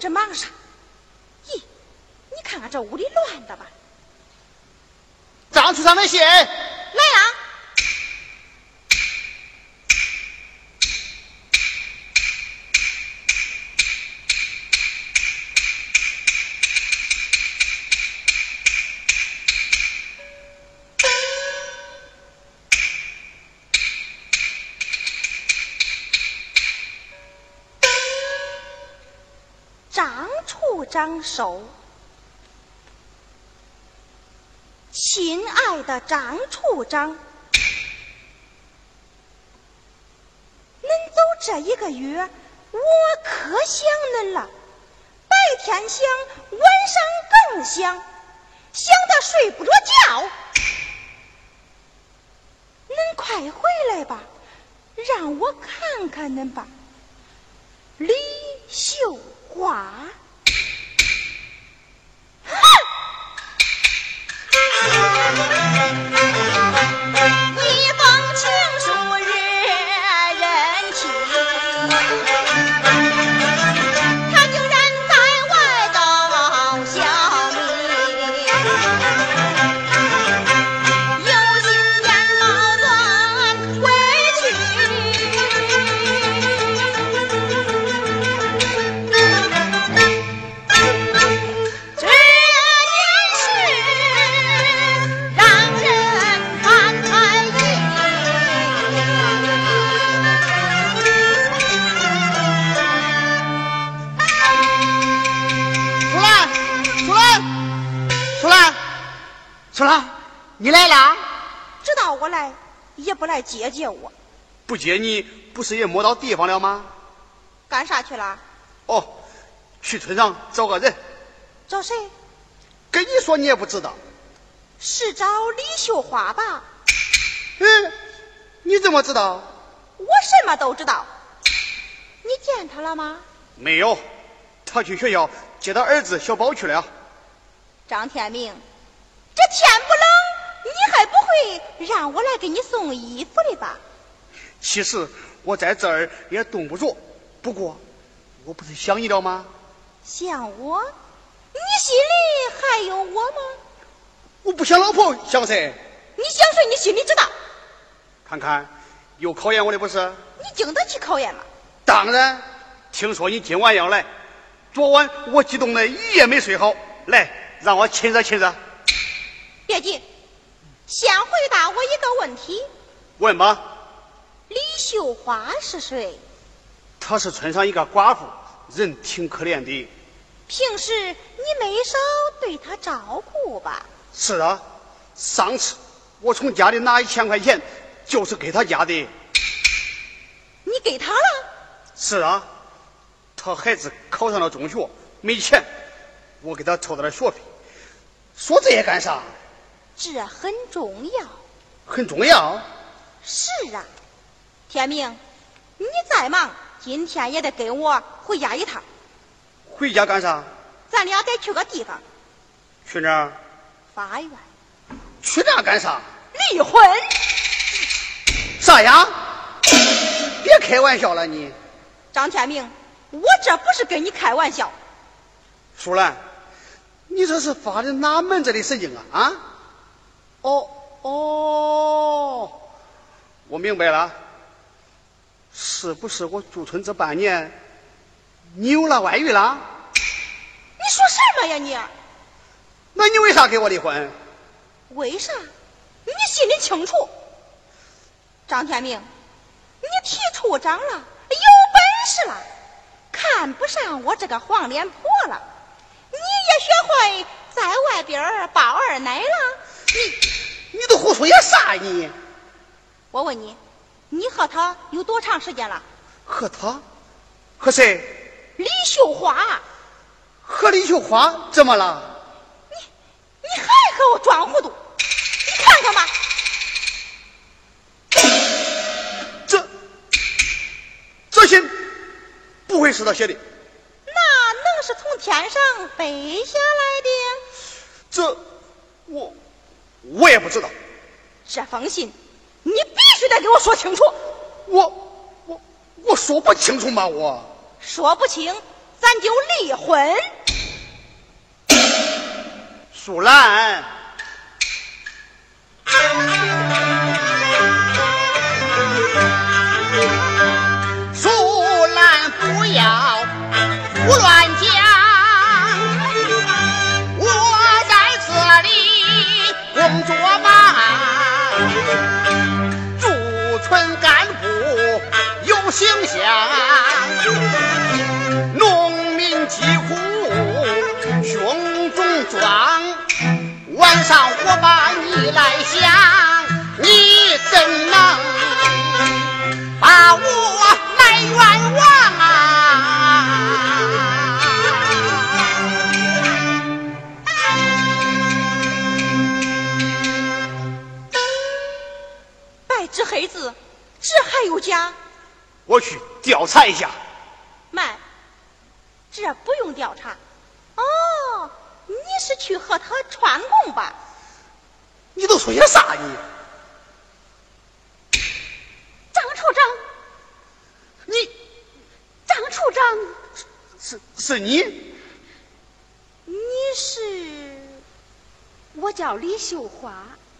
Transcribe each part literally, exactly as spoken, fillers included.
这忙啥？咦，你看看这屋里乱的吧。 张处长的信来了。张处长收。亲爱的张处长，恁走这一个月，我可想恁了，白天想，晚上更想，想得睡不着觉。恁快回来吧，让我看看恁吧。李秀华。 一封情书惹人情，他竟然在外搞小民，有心眼毛断回去，这件事让人感慨意。 出来，出来，出来，出来，你来啦？ 知道我来，也不来接接我， 不接你，不是也摸到地方了吗？ 干啥去了？ 哦，去村上找个人。 找谁？ 跟你说你也不知道。 是找李秀华吧？ 嗯，你怎么知道？ 我什么都知道。你见他了吗？ 没有，他去学校接他儿子小宝去了。 张天明，这天不冷，你还不会让我来给你送衣服的吧？ 其实我在这儿也冻不着，不过我不是想你了吗？ 想我？你心里还有我吗？ 我不想老婆，想谁？ 你想谁？你心里知道。 看看，又考验我的不是？ 你经得起考验吗？ 当然，听说你今晚要来，昨晚我激动的一夜没睡好。来，让我亲热亲热。 别急，先回答我一个问题。 问吧。 李秀华是谁？ 她是村上一个寡妇，人挺可怜的。 平时你没少对她照顾吧？ 是啊，上次我从家里拿一千块钱，就是给她家的。 你给她了？ 是啊，她孩子考上了中学，没钱，我给她凑点学费。说这些干啥？ 这很重要。 很重要。 是啊，天明，你再忙，今天也得跟我回家一趟。 回家干啥？ 咱俩得去个地方。 去哪儿？ 法院。 去那干啥？ 离婚。 啥呀？别开玩笑了你。 张天明，我这不是跟你开玩笑。 淑兰，你这是发的哪门子的神经啊？啊？哦哦，我明白了。是不是我驻村这半年你有了外遇了？ 你说什么呀你？ 那你为啥给我离婚？ 为啥？你心里清楚。张天明，你提处长了，有本事了，看不上我这个黄脸婆了，你也学会在外边抱二奶了。 你你都胡说些啥你？ 我问你，你和他有多长时间了？ 和他？和谁？ 李秀华。 和李秀华怎么了？ 你你还和我装糊涂？你看看吧。 这这信不会是他写的？ 那能是从天上飞下来的？ 这我我也不知道。 这封信你必须得给我说清楚。 我我我说不清楚吗？我说不清，咱咱就离婚。 淑兰， 淑兰不要胡乱讲，我在这里工作忙，驻村干部有形象，农民疾苦胸中装，晚上我把你来想，你怎能把我来冤枉啊？ 白纸黑字，这还有假？ 我去调查一下。 慢，这不用调查。哦，你是去和他串供吧？ 你都说些啥你？ 张处长， 你张处长， 是是你？ 你是？我叫李秀华。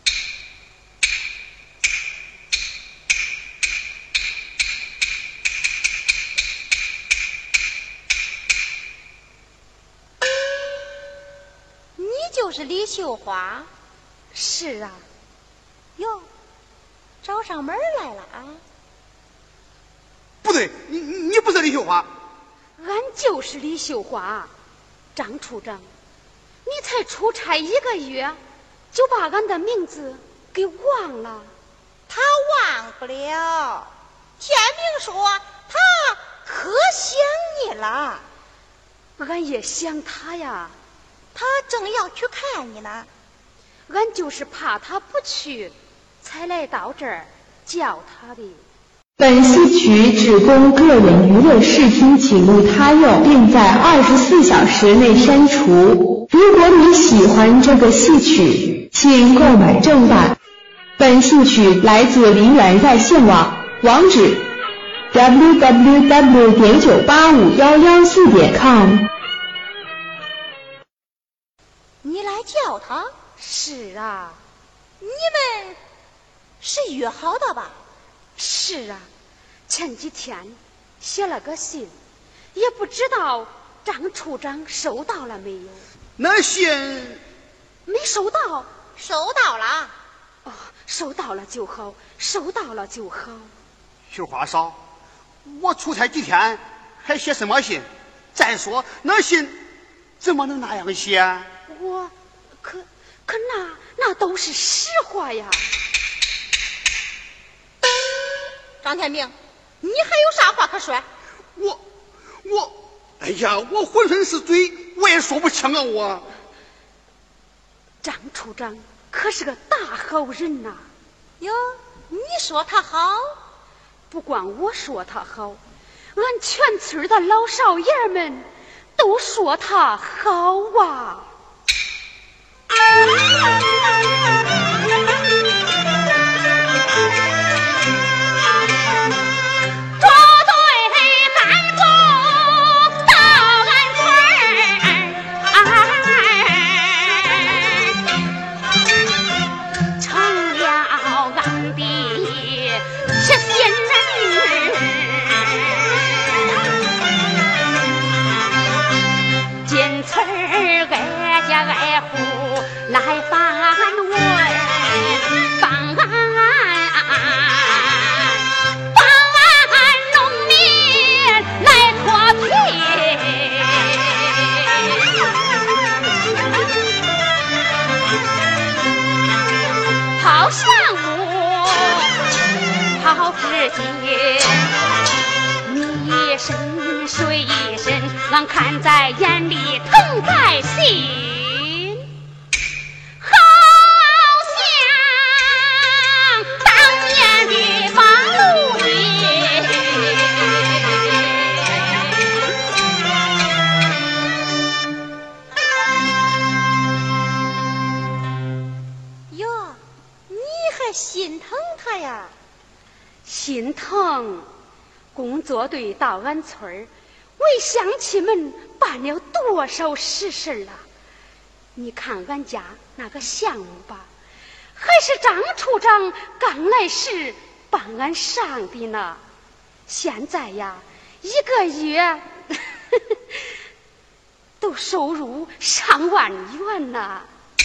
你就是李秀华？是啊。哟，找上门来了啊！ 不对，你你不是李秀华。 俺就是李秀华。张处长，你才出差一个月，就把俺的名字给忘了？ 他忘不了。天明说他可想你了。 俺也想他呀。 他正要去看你呢。 俺就是怕他不去，才来到这儿叫他的。 本戏曲只供个人娱乐视听，请勿他用，并在二十四小时内删除。如果你喜欢这个戏曲，请购买正版。本戏曲来自梨园在线网，网址 double-u double-u double-u 点九八五一一四点com。 你来叫他？ 是啊。 你们是约好的吧？ 是啊，前几天写了个信，也不知道张处长收到了没有。 那信没收到。 收到了。 哦，收到了就好，收到了就好。 绣花嫂，我出差几天还写什么信？再说那信怎么能那样写？ 我可可那那都是实话呀。 张天明，你还有啥话可说？ 我我哎呀，我浑身是嘴，我也说不清啊！我张处长可是个大好人呐。 哟，你说他好？ 不光我说他好，俺全村的老少爷们都说他好啊。 挨户来访问，访访农民来脱贫，好上午，好知己，你一身水一身，俺看在眼里，疼在心。 心疼他呀。 心疼，工作队到俺村儿， 为乡亲们办了多少实事了？你看俺家那个项目吧，还是张处长刚来时帮俺上的呢。现在呀，一个月呵呵都收入上万元呢。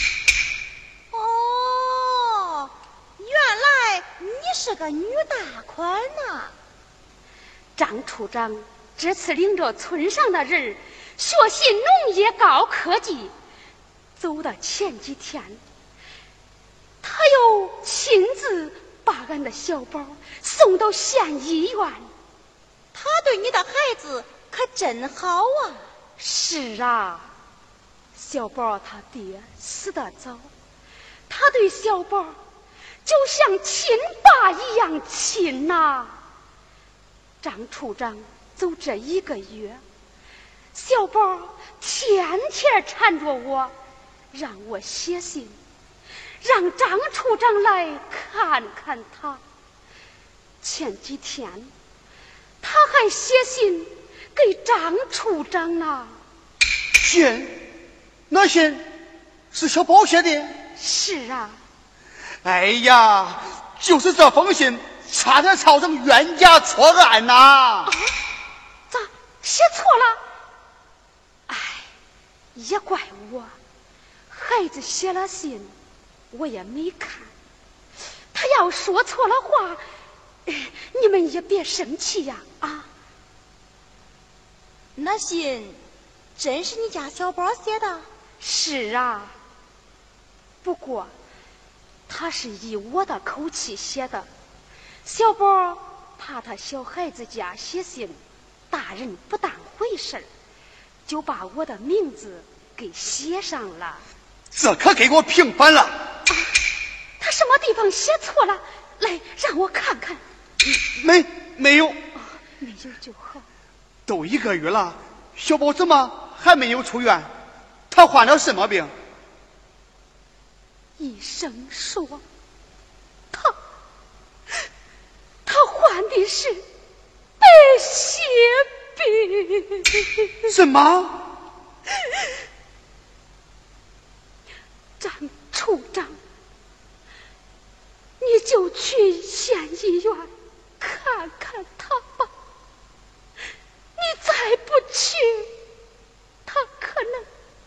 哦，原来你是个女大款呐！ 张处长这次领着村上的人学习农业高科技，走到前几天，他又亲自把俺的小宝送到县医院。 他对你的孩子可真好啊！ 是啊，小宝他爹死得早，他对小宝就像亲爸一样亲呐、啊。张处长走这一个月，小宝天天缠着我，让我写信，让张处长来看看他。前几天他还写信给张处长呢。 信？那信是小宝写的？ 是啊。 哎呀，就是这封信差点造成冤家错案呐、啊！ 咋写错了？哎，也怪我，孩子写了信，我也没看。他要说错了话，你们也别生气呀！啊， 那信真是你家小宝写的？ 是啊，不过他是以我的口气写的。小宝怕他小孩子家写信，大人不当回事儿，就把我的名字给写上了。 这可给我平反了！啊， 他什么地方写错了？来，让我看看。 没没有、哦、 没有就好。 都一个月了，小宝怎么还没有出院？他患了什么病？ 医生说他他患的是白血病。 什么？ 张处长，你就去县医院看看他吧。你再不去，他可能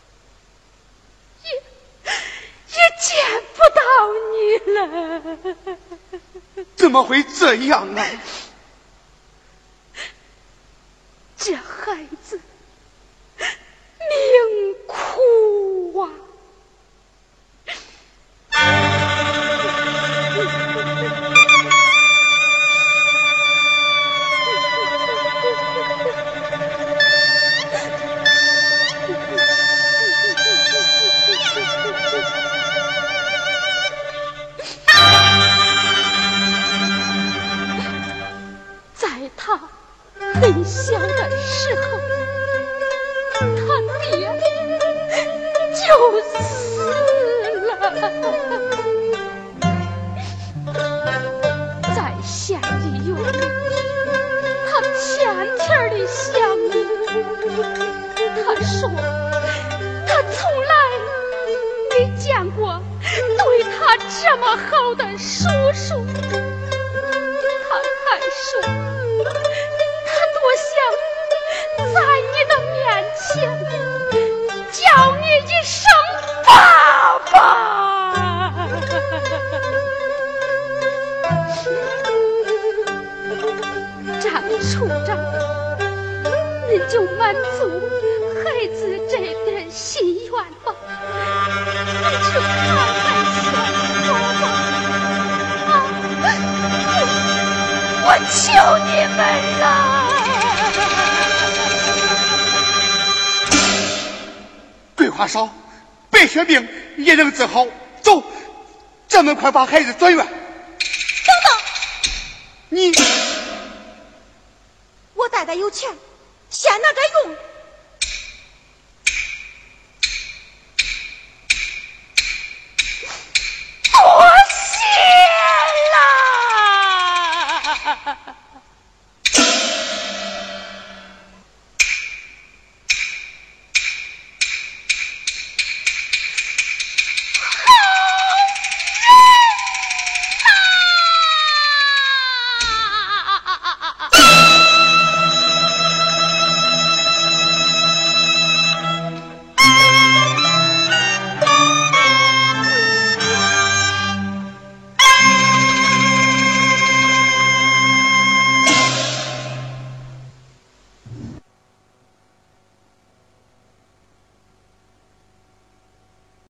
也也见不到你了。 怎么会这样呢？ 这孩子命苦啊！在他很小的时候，他爹就死了。在县医院里，他天天的想你。他说他从来没见过对他这么好的叔叔。他还说他多想在你的面前叫你一声爸爸。张处长，你就满足孩子这点心愿吧，你去看看小宝吧。啊，我求你们了！ 桂花烧，白血病也能治好。走，咱们快把孩子转院。等等， 你， 我带带有钱，先拿着用。